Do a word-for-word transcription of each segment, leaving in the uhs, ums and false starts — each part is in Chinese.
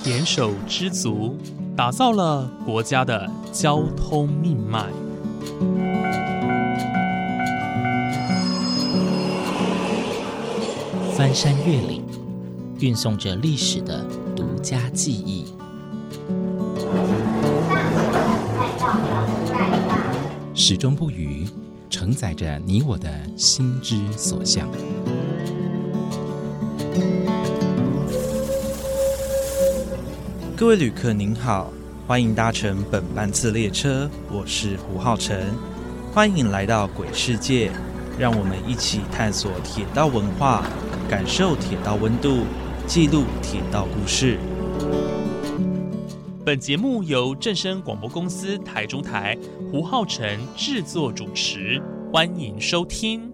人手知足，打造了国家的交通命脉。 翻山越岭，运送着历史的独家记忆。 始终不渝，承载着你我的心之所向。 各位旅客您好，欢迎搭乘本班次列车，我是胡浩辰，欢迎来到鬼世界，让我们一起探索铁道文化，感受铁道温度，记录铁道故事。 本节目由正声广播公司台中台胡浩辰制作主持，欢迎收听。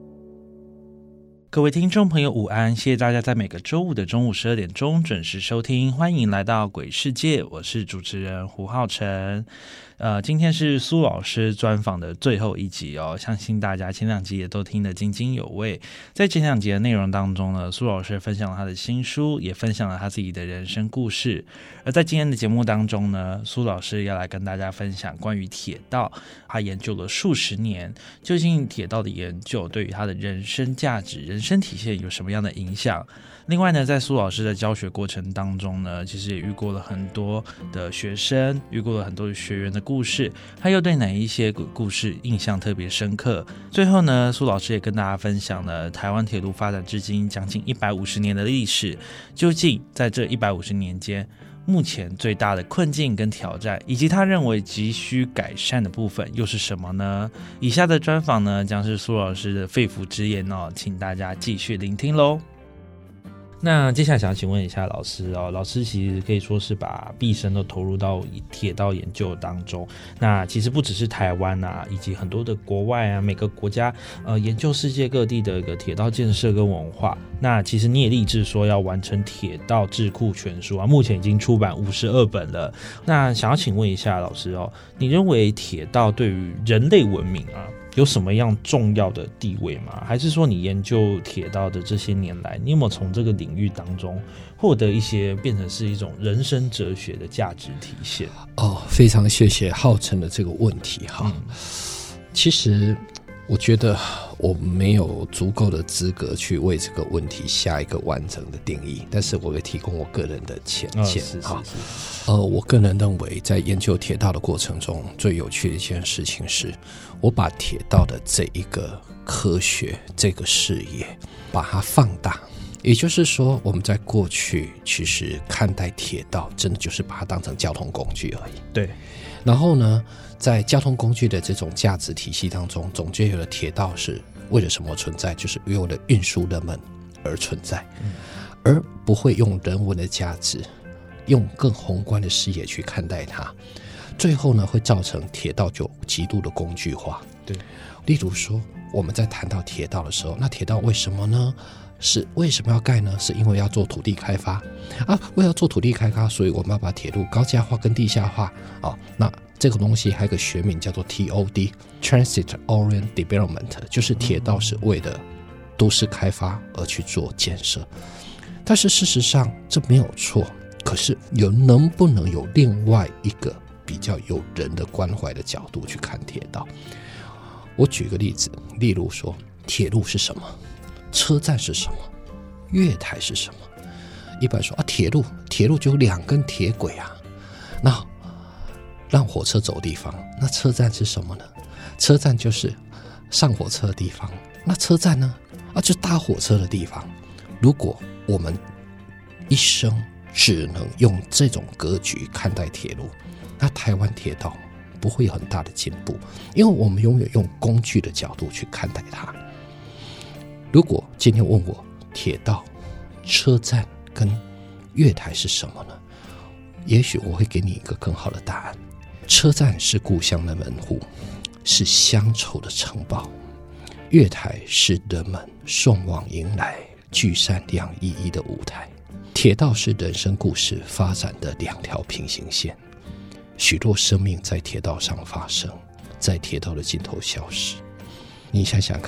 各位听众朋友午安，谢谢大家在每个周五的中午十二点钟准时收听，欢迎来到鬼世界，我是主持人胡浩辰。呃，今天是苏老师专访的最后一集哦，相信大家前两集也都听得津津有味。在前两集的内容当中呢，苏老师分享了他的新书，也分享了他自己的人生故事。而在今天的节目当中呢，苏老师要来跟大家分享关于铁道，他研究了数十年，究竟铁道的研究对于他的人生价值、人生体现有什么样的影响？另外呢，在苏老师的教学过程当中呢，其实也遇过了很多的学生，遇过了很多的学员的故事，他又对哪一些故事印象特别深刻？最后呢，苏老师也跟大家分享了台湾铁路发展至今将近一百五十年的历史，究竟在这一百五十年间，目前最大的困境跟挑战，以及他认为急需改善的部分又是什么呢？以下的专访呢，将是苏老师的肺腑之言哦，请大家继续聆听咯。那接下来想要请问一下老师哦，老师其实可以说是把毕生都投入到铁道研究当中。那其实不只是台湾啊，以及很多的国外啊，每个国家呃研究世界各地的一个铁道建设跟文化。那其实你也立志说要完成铁道智库全书啊，目前已经出版五十二本了。那想要请问一下老师哦，你认为铁道对于人类文明啊有什么样重要的地位吗？还是说你研究铁道的这些年来，你有没有从这个领域当中获得一些变成是一种人生哲学的价值体现？ 哦，非常谢谢浩辰的这个问题哈、嗯。其实我觉得我没有足够的资格去为这个问题下一个完整的定义，但是我会提供我个人的浅见、哦、是是是呃，我个人认为在研究铁道的过程中，最有趣的一件事情是我把铁道的这一个科学这个视野把它放大，也就是说我们在过去其实看待铁道真的就是把它当成交通工具而已。 对， 然后呢在交通工具的这种价值体系当中，总觉得铁道是为了什么存在，就是为了运输人们而存在、嗯、而不会用人文的价值，用更宏观的视野去看待它，最后呢会造成铁道就极度的工具化。 对， 例如说我们在谈到铁道的时候，那铁道为什么呢？是为什么要盖呢？是因为要做土地开发啊，为了做土地开发，所以我们要把铁路高架化跟地下化啊。那这个东西还有个学名叫做 T O D Transit Oriented Development， 就是铁道是为了都市开发而去做建设。但是事实上这没有错，可是有能不能有另外一个比较有人的关怀的角度去看铁道？我举个例子，例如说铁路是什么，车站是什么，月台是什么？一般说啊，铁路铁路就有两根铁轨啊，那让火车走的地方，那车站是什么呢？车站就是上火车的地方，那车站呢？啊，就搭火车的地方。如果我们一生只能用这种格局看待铁路，那台湾铁道不会有很大的进步，因为我们永远用工具的角度去看待它。如果今天问我铁道、车站跟月台是什么呢？也许我会给你一个更好的答案。车站是故乡的门户，是乡愁的城堡；月台是人们送往迎来聚散两依依的舞台。铁道是人生故事发展的两条平行线，许多生命在铁道上发生，在铁道的尽头消失。你想想看，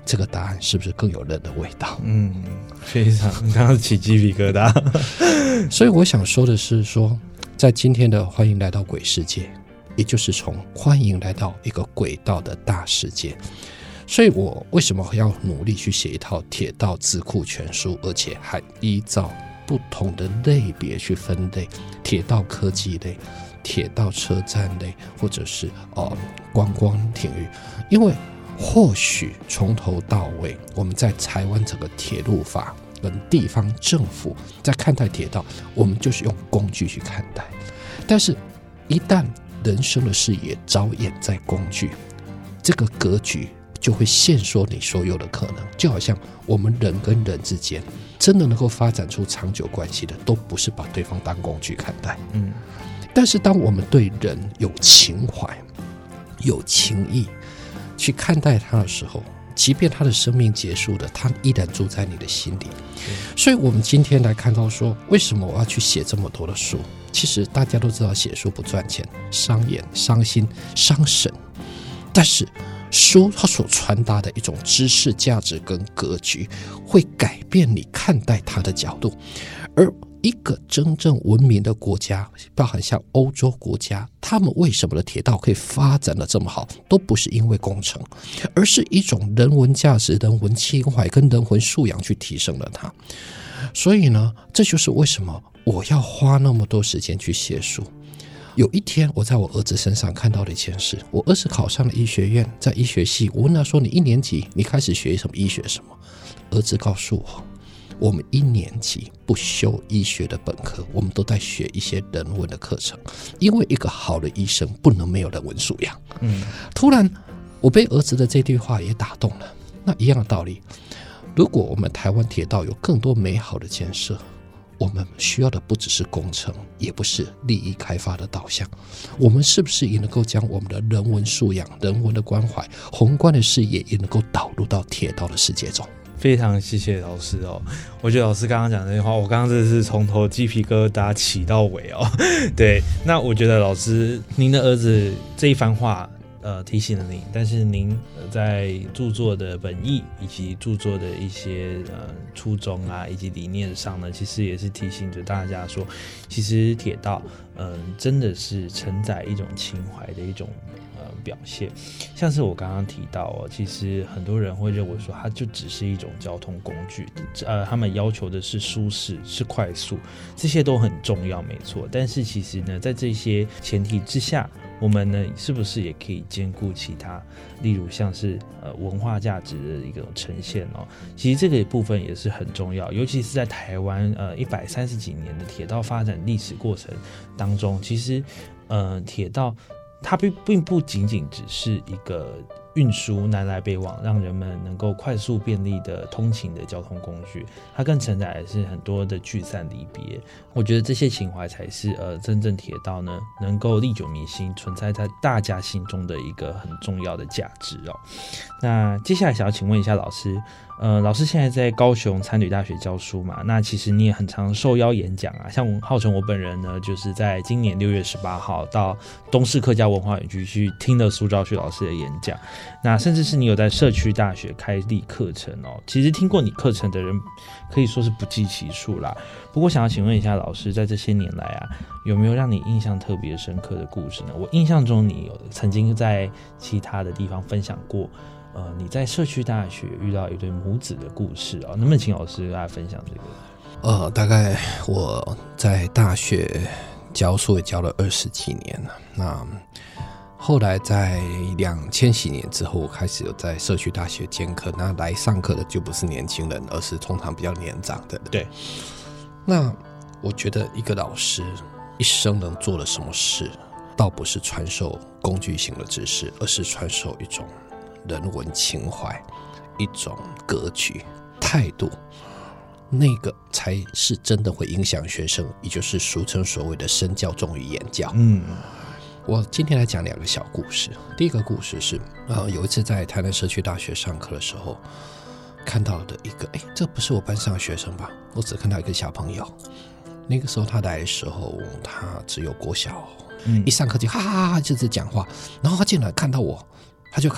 这个答案是不是更有人的味道？ 嗯，非常，刚刚起鸡皮疙瘩。 所以我想说的是说，在今天的欢迎来到鬼世界，也就是从欢迎来到一个轨道的大世界。所以我为什么要努力去写一套铁道字库全书，而且还依照不同的类别去分类，铁道科技类、铁道车站类，或者是、呃、观光体育。因为或许从头到尾，我们在台湾整个铁路法跟地方政府在看待铁道，我们就是用工具去看待。但是一旦人生的视野着眼在工具，这个格局就会限缩你所有的可能。就好像我们人跟人之间真的能够发展出长久关系的，都不是把对方当工具看待。嗯，但是当我们对人有情怀、有情义去看待他的时候，即便他的生命结束了，他依然住在你的心里。所以我们今天来看到说，为什么我要去写这么多的书？其实大家都知道写书不赚钱，伤眼、伤心、伤神，但是书它所传达的一种知识价值跟格局，会改变你看待它的角度。而一个真正文明的国家，包含像欧洲国家，他们为什么的铁道可以发展得这么好，都不是因为工程，而是一种人文价值、人文情怀跟人文素养去提升了它。所以呢，这就是为什么我要花那么多时间去写书。有一天我在我儿子身上看到了一件事，我儿子考上了医学院，在医学系，我问他说，你一年级你开始学什么医学什么？儿子告诉我，我们一年级不修医学的本科，我们都在学一些人文的课程，因为一个好的医生不能没有人文素养。嗯，突然我被儿子的这句话也打动了。那一样的道理，如果我们台湾铁道有更多美好的建设，我们需要的不只是工程，也不是利益开发的导向，我们是不是也能够将我们的人文素养、人文的关怀、宏观的视野也能够导入到铁道的世界中？ 非常谢谢老师哦，我觉得老师刚刚讲这句话，我刚刚真的是从头鸡皮疙瘩起到尾哦。对，那我觉得老师您的儿子这一番话呃提醒了您，但是您在著作的本意以及著作的一些呃初衷啊以及理念上呢，其实也是提醒着大家说，其实铁道嗯、呃、真的是承载一种情怀的一种呃表现。像是我刚刚提到哦，其实很多人会认为说它就只是一种交通工具，呃他们要求的是舒适是快速，这些都很重要没错，但是其实呢在这些前提之下，我们呢是不是也可以兼顾其他，例如像是呃文化价值的一个呈现哦？其实这个部分也是很重要，尤其是在台湾呃一百三十几年的铁道发展历史过程当中，其实呃铁道它并并不仅仅只是一个运输南来北往，让人们能够快速便利的通勤的交通工具，它更承载的是很多的聚散离别。我觉得这些情怀才是呃真正铁道呢能够历久弥新，存在在大家心中的一个很重要的价值哦。那接下来想要请问一下老师，呃，老师现在在高雄参旅大学教书嘛？那其实你也很常受邀演讲啊，像浩成我本人呢，就是在今年六月十八号到东势客家文化园区去听了苏昭旭老师的演讲。那甚至是你有在社区大学开立课程哦，其实听过你课程的人可以说是不计其数啦。不过想要请问一下老师，在这些年来啊，有没有让你印象特别深刻的故事呢？我印象中你有曾经在其他的地方分享过，呃，你在社区大学遇到一对母子的故事哦，能不能请老师来分享这个？ 呃，大概我在大学教书也教了二十几年了，那后来在两千几年之后，我开始有在社区大学兼课，那来上课的就不是年轻人，而是通常比较年长的人。 对， 那我觉得一个老师一生能做的什么事，倒不是传授工具性的知识，而是传授一种人文情怀，一种格局、态度，那个才是真的会影响学生，也就是俗称所谓的身教重于言教。嗯。我今天来讲两个小故事。第一个故事是，呃，有一次在台南社区大学上课的时候，看到的一个，哎，这不是我班上的学生吧？我只看到一个小朋友。那个时候他来的时候，他只有国小，嗯、一上课就哈哈哈就是讲话，然后他进来看到我，他就开始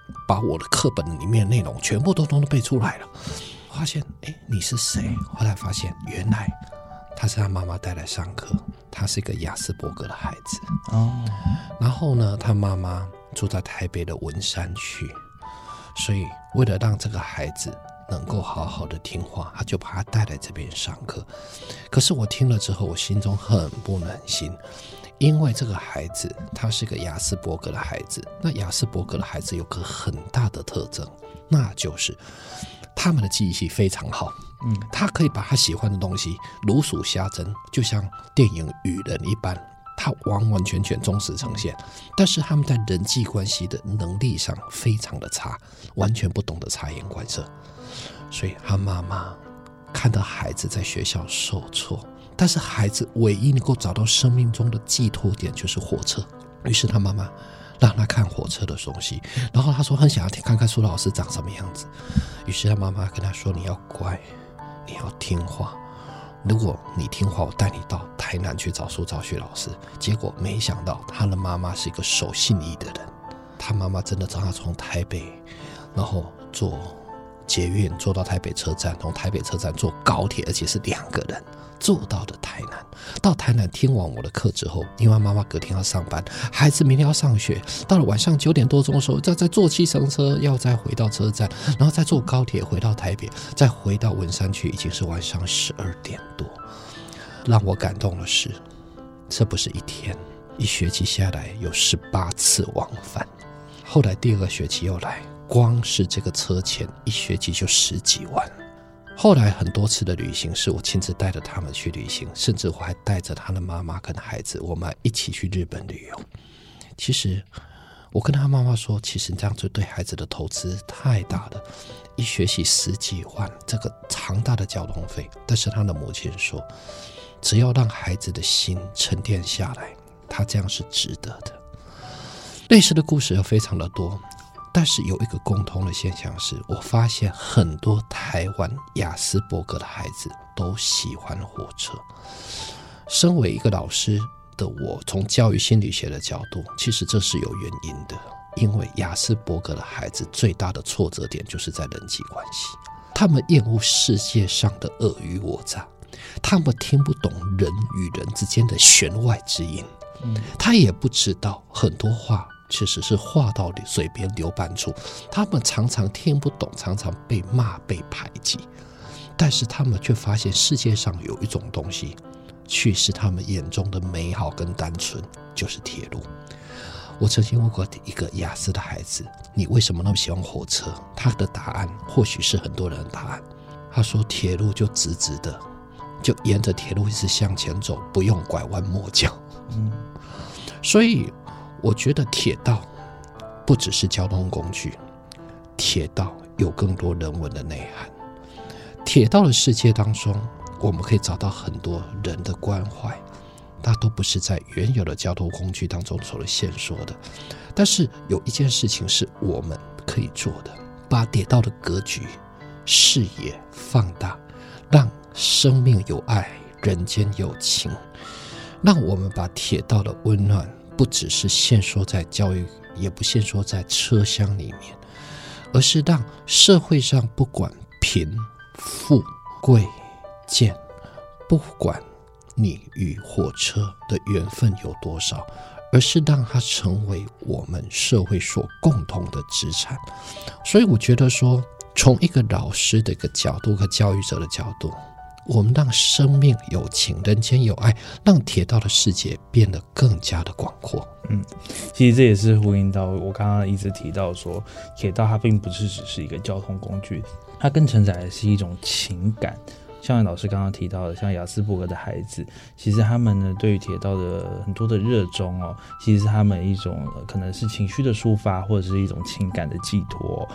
把我的课本里面的内容全部都都背出来了。发现哎，你是谁？后来发现原来他是他妈妈带来上课，他是一个亚斯伯格的孩子哦。然后呢，他妈妈住在台北的文山区，所以为了让这个孩子能够好好的听话，他就把他带来这边上课。可是我听了之后，我心中很不忍心，因为这个孩子他是个亚斯伯格的孩子。那亚斯伯格的孩子有个很大的特征，那就是他们的记忆力非常好。嗯，他可以把他喜欢的东西如数家珍，就像电影《雨人》一般，他完完全全忠实呈现。但是他们在人际关系的能力上非常的差，完全不懂得察言观色。所以他妈妈看到孩子在学校受挫，但是孩子唯一能够找到生命中的寄托点就是火车。于是他妈妈让他看火车的东西，然后他说很想要看看苏老师长什么样子。于是他妈妈跟他说，你要乖，你要听话，如果你听话，我带你到台南去找苏兆旭老师。结果没想到他的妈妈是一个守信义的人，他妈妈真的让他从台北然后坐捷运坐到台北车站，从台北车站坐高铁，而且是两个人坐到了台南。到台南听完我的课之后，因为妈妈隔天要上班，孩子明天要上学，到了晚上九点多钟的时候，再再坐计程车要再回到车站，然后再坐高铁回到台北，再回到文山区，已经是晚上十二点多。让我感动的是，这不是一天，一学期下来有十八次往返。后来第二个学期又来，光是这个车钱一学期就十几万。后来很多次的旅行是我亲自带着他们去旅行，甚至我还带着他的妈妈跟孩子，我们一起去日本旅游。其实我跟他妈妈说，其实这样子对孩子的投资太大了，一学期十几万，这个庞大的交通费。但是他的母亲说，只要让孩子的心沉淀下来，他这样是值得的。类似的故事有非常的多，但是有一个共同的现象是，我发现很多台湾亚斯伯格的孩子都喜欢火车。身为一个老师的我，从教育心理学的角度，其实这是有原因的。因为亚斯伯格的孩子最大的挫折点就是在人际关系，他们厌恶世界上的尔虞我诈，他们听不懂人与人之间的弦外之音，嗯、他也不知道很多话其实是话到嘴边留半处，他们常常听不懂，常常被骂被排挤，但是他们却发现世界上有一种东西却是他们眼中的美好跟单纯，就是铁路。我曾经问过一个亚斯的孩子，你为什么那么喜欢火车？他的答案或许是很多人的答案，他说铁路就直直的，就沿着铁路一直向前走，不用拐弯抹角。嗯，所以我觉得铁道不只是交通工具，铁道有更多人文的内涵。铁道的世界当中，我们可以找到很多人的关怀，它都不是在原有的交通工具当中所限缩的。但是有一件事情是我们可以做的，把铁道的格局视野放大，让生命有爱，人间有情，让我们把铁道的温暖不只是限缩在教育，也不限缩在车厢里面，而是让社会上不管贫富贵贱，不管你与火车的缘分有多少，而是让它成为我们社会所共同的资产。所以我觉得说，从一个老师的一个角度和教育者的角度，我们让生命有情，人间有爱，让铁道的世界变得更加的广阔。 嗯，其实这也是呼应到我刚刚一直提到说，铁道它并不是只是一个交通工具，它更承载的是一种情感。像老师刚刚提到的，像亚斯伯格的孩子，其实他们呢对于铁道的很多的热衷哦，其实是他们一种、呃、可能是情绪的抒发，或者是一种情感的寄托、哦。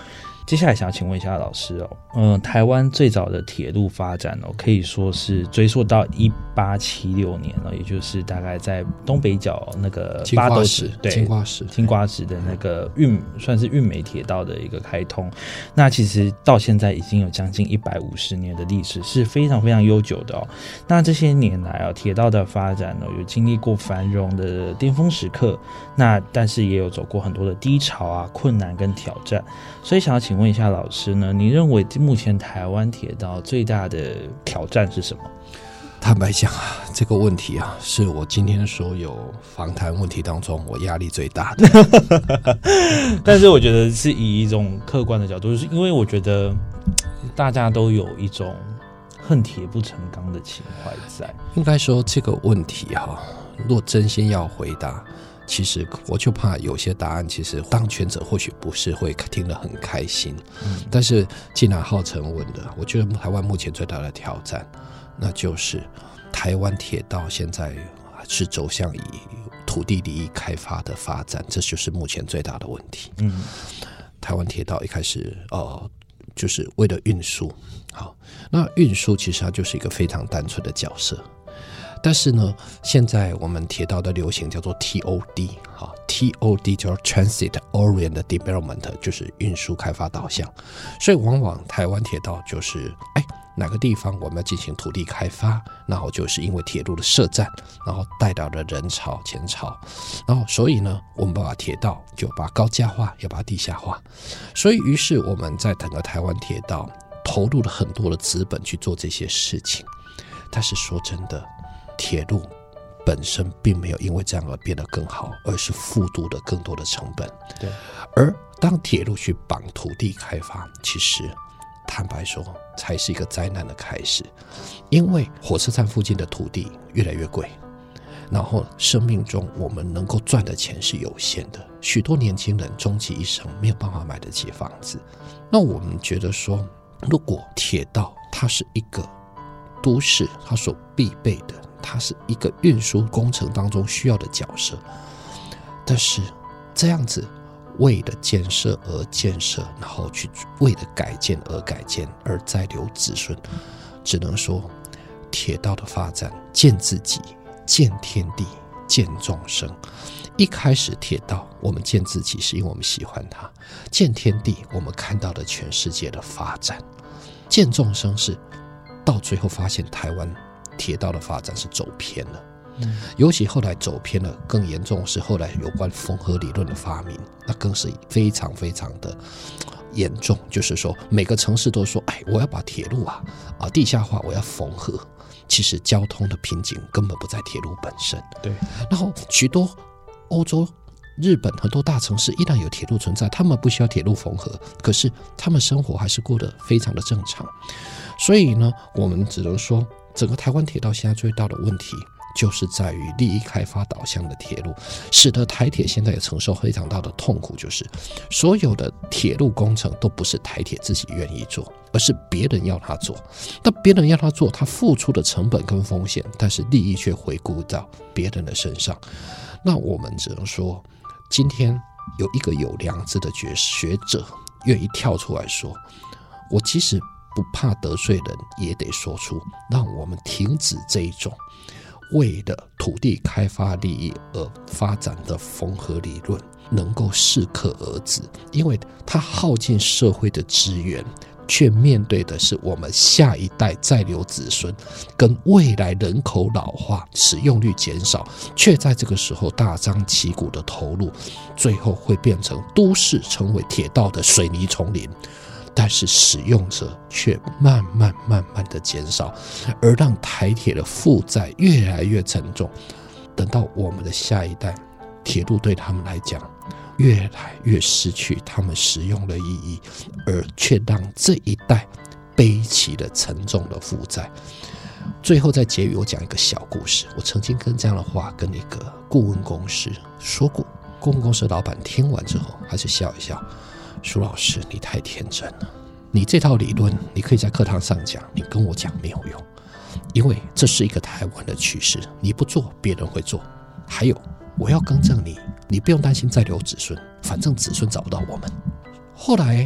接下来想要请问一下老师哦，嗯，台湾最早的铁路发展哦，可以说是追溯到一八七六年哦，也就是大概在东北角那个八斗子，对， 青瓜石， 青瓜石的那个运算是运煤铁道的一个开通。那其实到现在已经有将近一百五十年的历史，是非常非常悠久的哦。那这些年来啊，铁道的发展哦，有经历过繁荣的巅峰时刻，那但是也有走过很多的低潮啊、困难跟挑战。所以想要请问一下老师呢，你认为目前台湾铁道最大的挑战是什么？ 坦白讲啊，这个问题啊，是我今天所有访谈问题当中我压力最大的。 但是我觉得是以一种客观的角度，就是因为我觉得大家都有一种恨铁不成钢的情怀在。 应该说这个问题哈、啊，若真心要回答，其实我就怕有些答案，其实当权者或许不是会听得很开心。嗯、但是既然浩辰问的，我觉得台湾目前最大的挑战，那就是台湾铁道现在是走向以土地利益开发的发展，这就是目前最大的问题。嗯，台湾铁道一开始呃，就是为了运输，好，那运输其实它就是一个非常单纯的角色。但是呢，现在我们铁道的流行叫做 T O D， 好 ，T O D 叫 Transit Oriented Development， 就是运输开发导向。所以往往台湾铁道就是，哎，哪个地方我们要进行土地开发，然后就是因为铁路的设站，然后带到了人潮、钱潮，然后所以呢，我们把铁道就把它高架化，也把它地下化。所以于是我们在整个台湾铁道投入了很多的资本去做这些事情。但是说真的，铁路本身并没有因为这样而变得更好，而是付出了更多的成本。 对， 而当铁路去绑土地开发，其实坦白说才是一个灾难的开始。因为火车站附近的土地越来越贵，然后生命中我们能够赚的钱是有限的，许多年轻人终其一生没有办法买得起房子。那我们觉得说，如果铁道它是一个都市它所必备的，它是一个运输工程当中需要的角色，但是这样子为了建设而建设，然后去为了改建而改建，而再留子孙，只能说铁道的发展见自己、见天地、见众生。一开始铁道我们见自己是因为我们喜欢它，见天地我们看到了全世界的发展，见众生是到最后发现台湾铁道的发展是走偏了。嗯、尤其后来走偏了，更严重是后来有关缝合理论的发明，那更是非常非常的严重。就是说每个城市都说，哎，我要把铁路啊啊地下化，我要缝合。其实交通的瓶颈根本不在铁路本身。 对， 然后许多欧洲、日本很多大城市依然有铁路存在，他们不需要铁路缝合，可是他们生活还是过得非常的正常。所以呢，我们只能说，整个台湾铁道现在最大的问题，就是在于利益开发导向的铁路，使得台铁现在也承受非常大的痛苦，就是所有的铁路工程都不是台铁自己愿意做，而是别人要他做。但别人要他做，他付出的成本跟风险，但是利益却回顾到别人的身上。那我们只能说，今天有一个有良知的学者愿意跳出来说，我即使不怕得罪人，也得说出让我们停止这一种为了土地开发利益而发展的缝合理论能够适可而止，因为它耗尽社会的资源，却面对的是我们下一代再留子孙跟未来人口老化、使用率减少，却在这个时候大张旗鼓的投入，最后会变成都市成为铁道的水泥丛林，但是使用者却慢慢慢慢的减少，而让台铁的负债越来越沉重。等到我们的下一代，铁路对他们来讲越来越失去他们使用的意义，而却让这一代背起了沉重的负债。最后在结语，我讲一个小故事。我曾经跟这样的话跟一个顾问公司说过，顾问公司的老板听完之后还是笑一笑，苏老师你太天真了，你这套理论你可以在课堂上讲，你跟我讲没有用，因为这是一个台湾的趋势，你不做别人会做。还有我要更正你，你不用担心再留子孙，反正子孙找不到我们。后来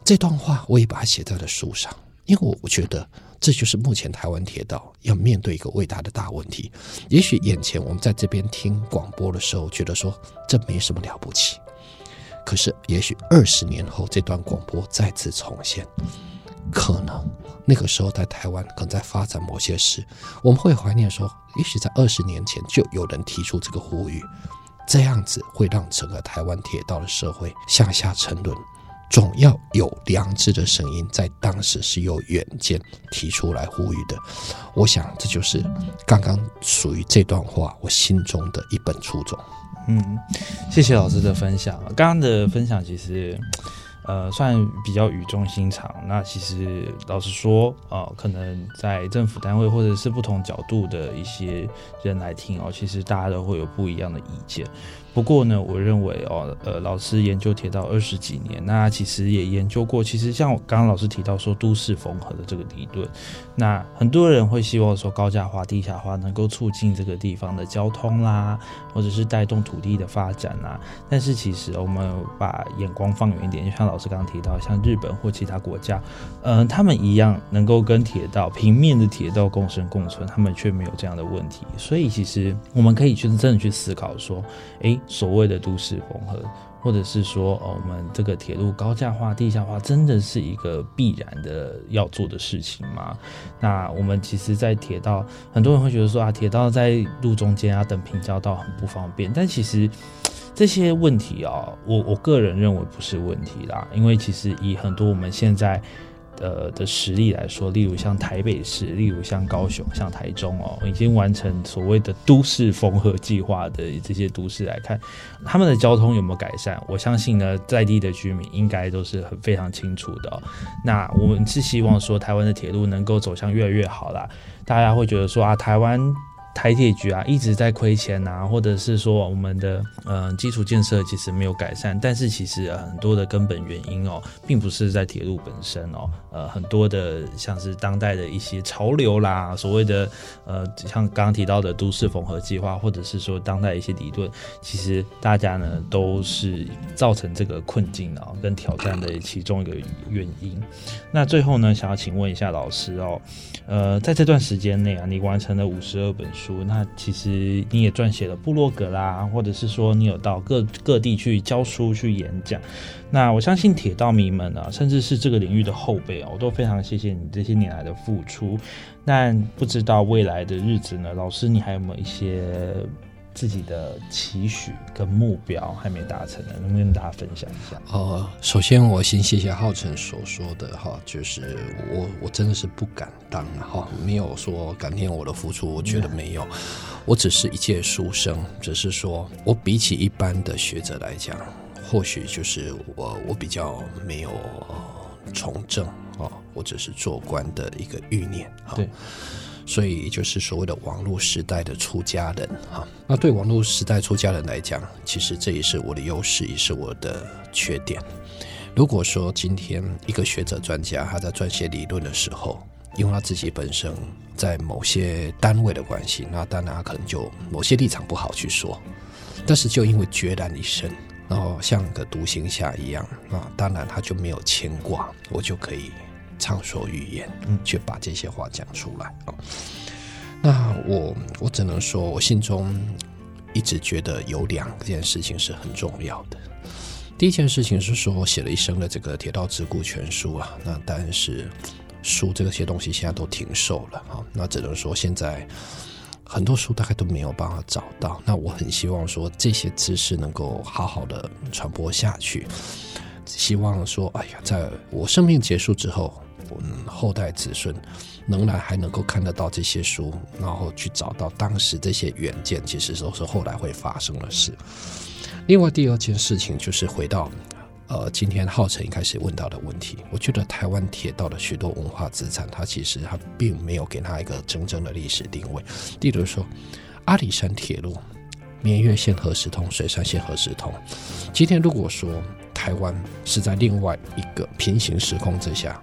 这段话我也把它写在了书上，因为我我觉得这就是目前台湾铁道要面对一个伟大的大问题。也许眼前我们在这边听广播的时候觉得说这没什么了不起，可是也许二十年后这段广播再次重现，可能那个时候在台湾可能在发展某些事，我们会怀念说也许在二十年前就有人提出这个呼吁，这样子会让整个台湾铁道的社会向下沉沦。总要有良知的声音在当时是有远见提出来呼吁的，我想这就是刚刚属于这段话我心中的一本初衷。 嗯，谢谢老师的分享。刚刚的分享其实呃，算比较语重心长。那其实老实说呃，可能在政府单位或者是不同角度的一些人来听哦，其实大家都会有不一样的意见。不过呢，我认为哦，呃，老师研究铁道二十几年，那其实也研究过，其实像刚刚老师提到说都市缝合的这个理论，那很多人会希望说高架化、地下化能够促进这个地方的交通啦，或者是带动土地的发展啦。但是其实我们把眼光放远一点，就像老师刚刚提到，像日本或其他国家，呃，他们一样能够跟铁道平面的铁道共生共存，他们却没有这样的问题。所以其实我们可以去真的去思考说，诶，所谓的都市缝合，或者是说、哦、我们这个铁路高架化、地下化，真的是一个必然的要做的事情吗？那我们其实，在铁道，很多人会觉得说啊，铁道在路中间啊，等平交道很不方便。但其实这些问题啊，我我个人认为不是问题啦，因为其实以很多我们现在呃的实力来说，例如像台北市，例如像高雄、像台中哦，已经完成所谓的都市缝合计划的这些都市来看，他们的交通有没有改善？我相信呢，在地的居民应该都是很非常清楚的哦。那我们是希望说，台湾的铁路能够走向越来越好啦。大家会觉得说啊，台湾台铁局啊一直在亏钱啊，或者是说我们的呃基础建设其实没有改善，但是其实、呃、很多的根本原因哦，并不是在铁路本身哦，呃很多的像是当代的一些潮流啦，所谓的呃像刚刚提到的都市缝合计划，或者是说当代一些理论，其实大家呢都是造成这个困境哦跟挑战的其中一个原因。那最后呢，想要请问一下老师哦，呃在这段时间内啊，你完成了五十二本书。那其实你也撰写了部落格啦，或者是说你有到各各地去教书去演讲。那我相信铁道迷们啊，甚至是这个领域的后辈啊，我都非常谢谢你这些年来的付出。但不知道未来的日子呢，老师你还有没有一些自己的期许跟目标还没达成的，能不能跟大家分享一下？ 呃，首先我先谢谢浩辰所说的哈，就是我我真的是不敢当哈，没有说感念我的付出，我觉得没有，我只是一介书生，只是说我比起一般的学者来讲，或许就是我我比较没有从政哦，或者是做官的一个欲念哈。对。所以就是所谓的网络时代的出家人哈，那对网络时代出家人来讲，其实这也是我的优势，也是我的缺点。如果说今天一个学者专家他在撰写理论的时候，因为他自己本身在某些单位的关系，那当然他可能就某些立场不好去说，但是就因为决然一生，然后像个独行侠一样，那当然他就没有牵挂，我就可以畅所欲言，去把这些话讲出来、哦、那我我只能说，我心中一直觉得有两件事情是很重要的。第一件事情是说，我写了一生的这个铁道自顾全书啊，那当然是书这些东西现在都停售了、哦、那只能说现在很多书大概都没有办法找到。那我很希望说这些知识能够好好的传播下去，希望说，哎呀，在我生命结束之后，嗯，后代子孙仍然还能够看得到这些书，然后去找到当时这些远见，其实都是后来会发生的事。另外第二件事情就是回到呃，今天浩辰一开始问到的问题，我觉得台湾铁道的许多文化资产，它其实它并没有给它一个真正的历史定位。例如说阿里山铁路、绵月线何时通、水山线何时通，今天如果说台湾是在另外一个平行时空之下，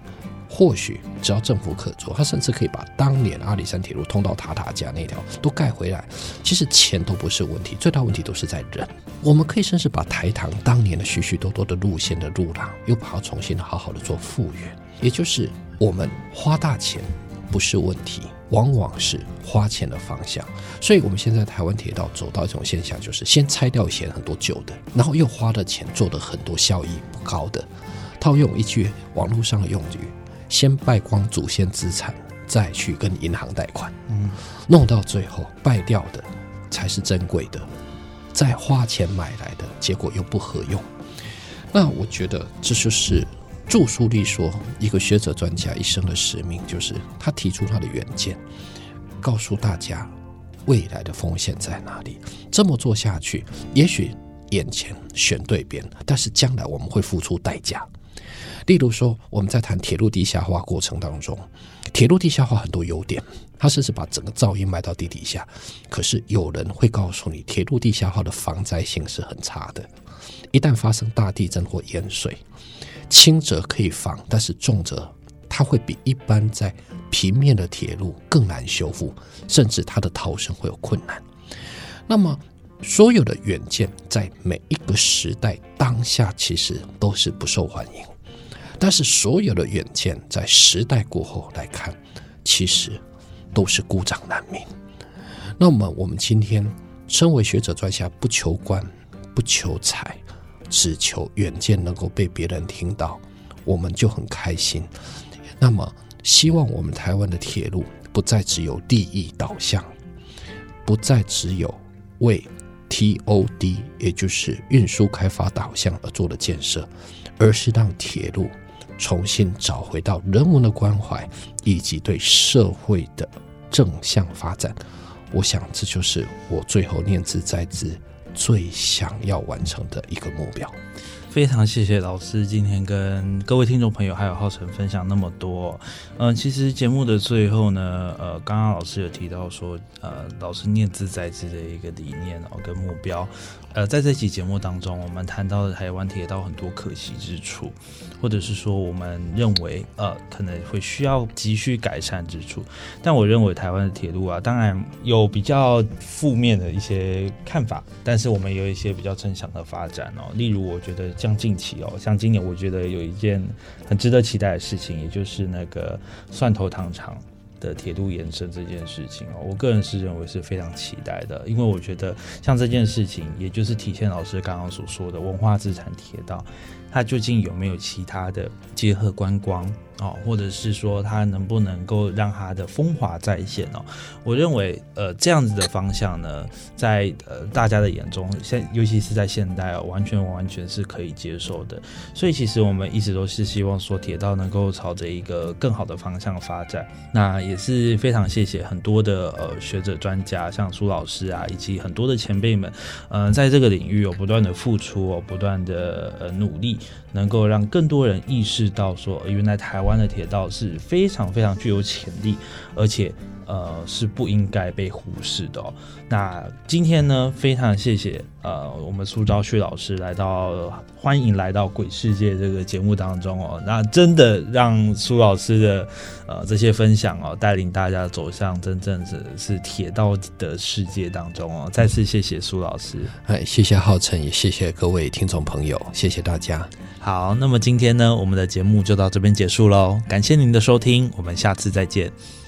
或许只要政府可做，他甚至可以把当年阿里山铁路通到塔塔加那条都盖回来。其实钱都不是问题，最大问题都是在人。我们可以甚至把台糖当年的许许多多的路线的路廊，又把它重新好好的做复原。也就是我们花大钱不是问题，往往是花钱的方向。所以我们现在台湾铁道走到一种现象，就是先拆掉以前很多旧的，然后又花的钱做的很多效益不高的。套用一句网络上的用语，先败光祖先资产，再去跟银行贷款，嗯，弄到最后败掉的才是珍贵的，再花钱买来的结果又不合用。那我觉得这就是祝苏丽说一个学者专家一生的使命，就是他提出他的远见，告诉大家未来的风险在哪里。这么做下去，也许眼前选对边，但是将来我们会付出代价。例如说，我们在谈铁路地下化过程当中，铁路地下化很多优点，它甚至把整个噪音埋到地底下。可是有人会告诉你，铁路地下化的防灾性是很差的。一旦发生大地震或淹水，轻则可以防，但是重则它会比一般在平面的铁路更难修复，甚至它的逃生会有困难。那么所有的远见在每一个时代当下其实都是不受欢迎，但是所有的远见在时代过后来看，其实都是孤掌难鸣。那么我们今天身为学者专家，不求官不求财，只求远见能够被别人听到，我们就很开心。那么希望我们台湾的铁路不再只有利益导向，不再只有为 T O D 也就是运输开发导向而做的建设，而是让铁路重新找回到人文的关怀以及对社会的正向发展。我想这就是我最后念兹在兹最想要完成的一个目标。 非常谢谢老师今天跟各位听众朋友还有浩辰分享那么多。嗯、呃，其实节目的最后呢，呃，刚刚老师有提到说，呃，老师念兹在兹的一个理念哦跟目标。呃，在这期节目当中，我们谈到了台湾铁道很多可惜之处，或者是说我们认为呃可能会需要急需改善之处。但我认为台湾的铁路啊，当然有比较负面的一些看法，但是我们有一些比较正向的发展哦。例如，我觉得像近期哦，像今年我觉得有一件很值得期待的事情，也就是那个蒜头糖厂的铁路延伸这件事情哦，我个人是认为是非常期待的，因为我觉得像这件事情，也就是体现老师刚刚所说的文化资产铁道，它究竟有没有其他的结合观光哦，或者是说它能不能够让它的风华再现哦？我认为呃这样子的方向呢，在呃大家的眼中，现尤其是在现代哦，完全完全是可以接受的。所以其实我们一直都是希望说铁道能够朝着一个更好的方向发展。那也是非常谢谢很多的呃学者专家，像苏老师啊，以及很多的前辈们，呃在这个领域有、哦、不断的付出哦，不断的呃努力，能够让更多人意识到说，原来台湾的铁道是非常非常具有潜力，而且呃是不应该被忽视的哦。那今天呢，非常谢谢呃我们苏昭旭老师来到、呃、欢迎来到鬼世界这个节目当中哦。那真的让苏老师的呃这些分享哦，带领大家走向真正是是铁道的世界当中哦。再次谢谢苏老师， 哎，谢谢浩辰，也谢谢各位听众朋友，谢谢大家。 好，那么今天呢，我们的节目就到这边结束喽，感谢您的收听，我们下次再见。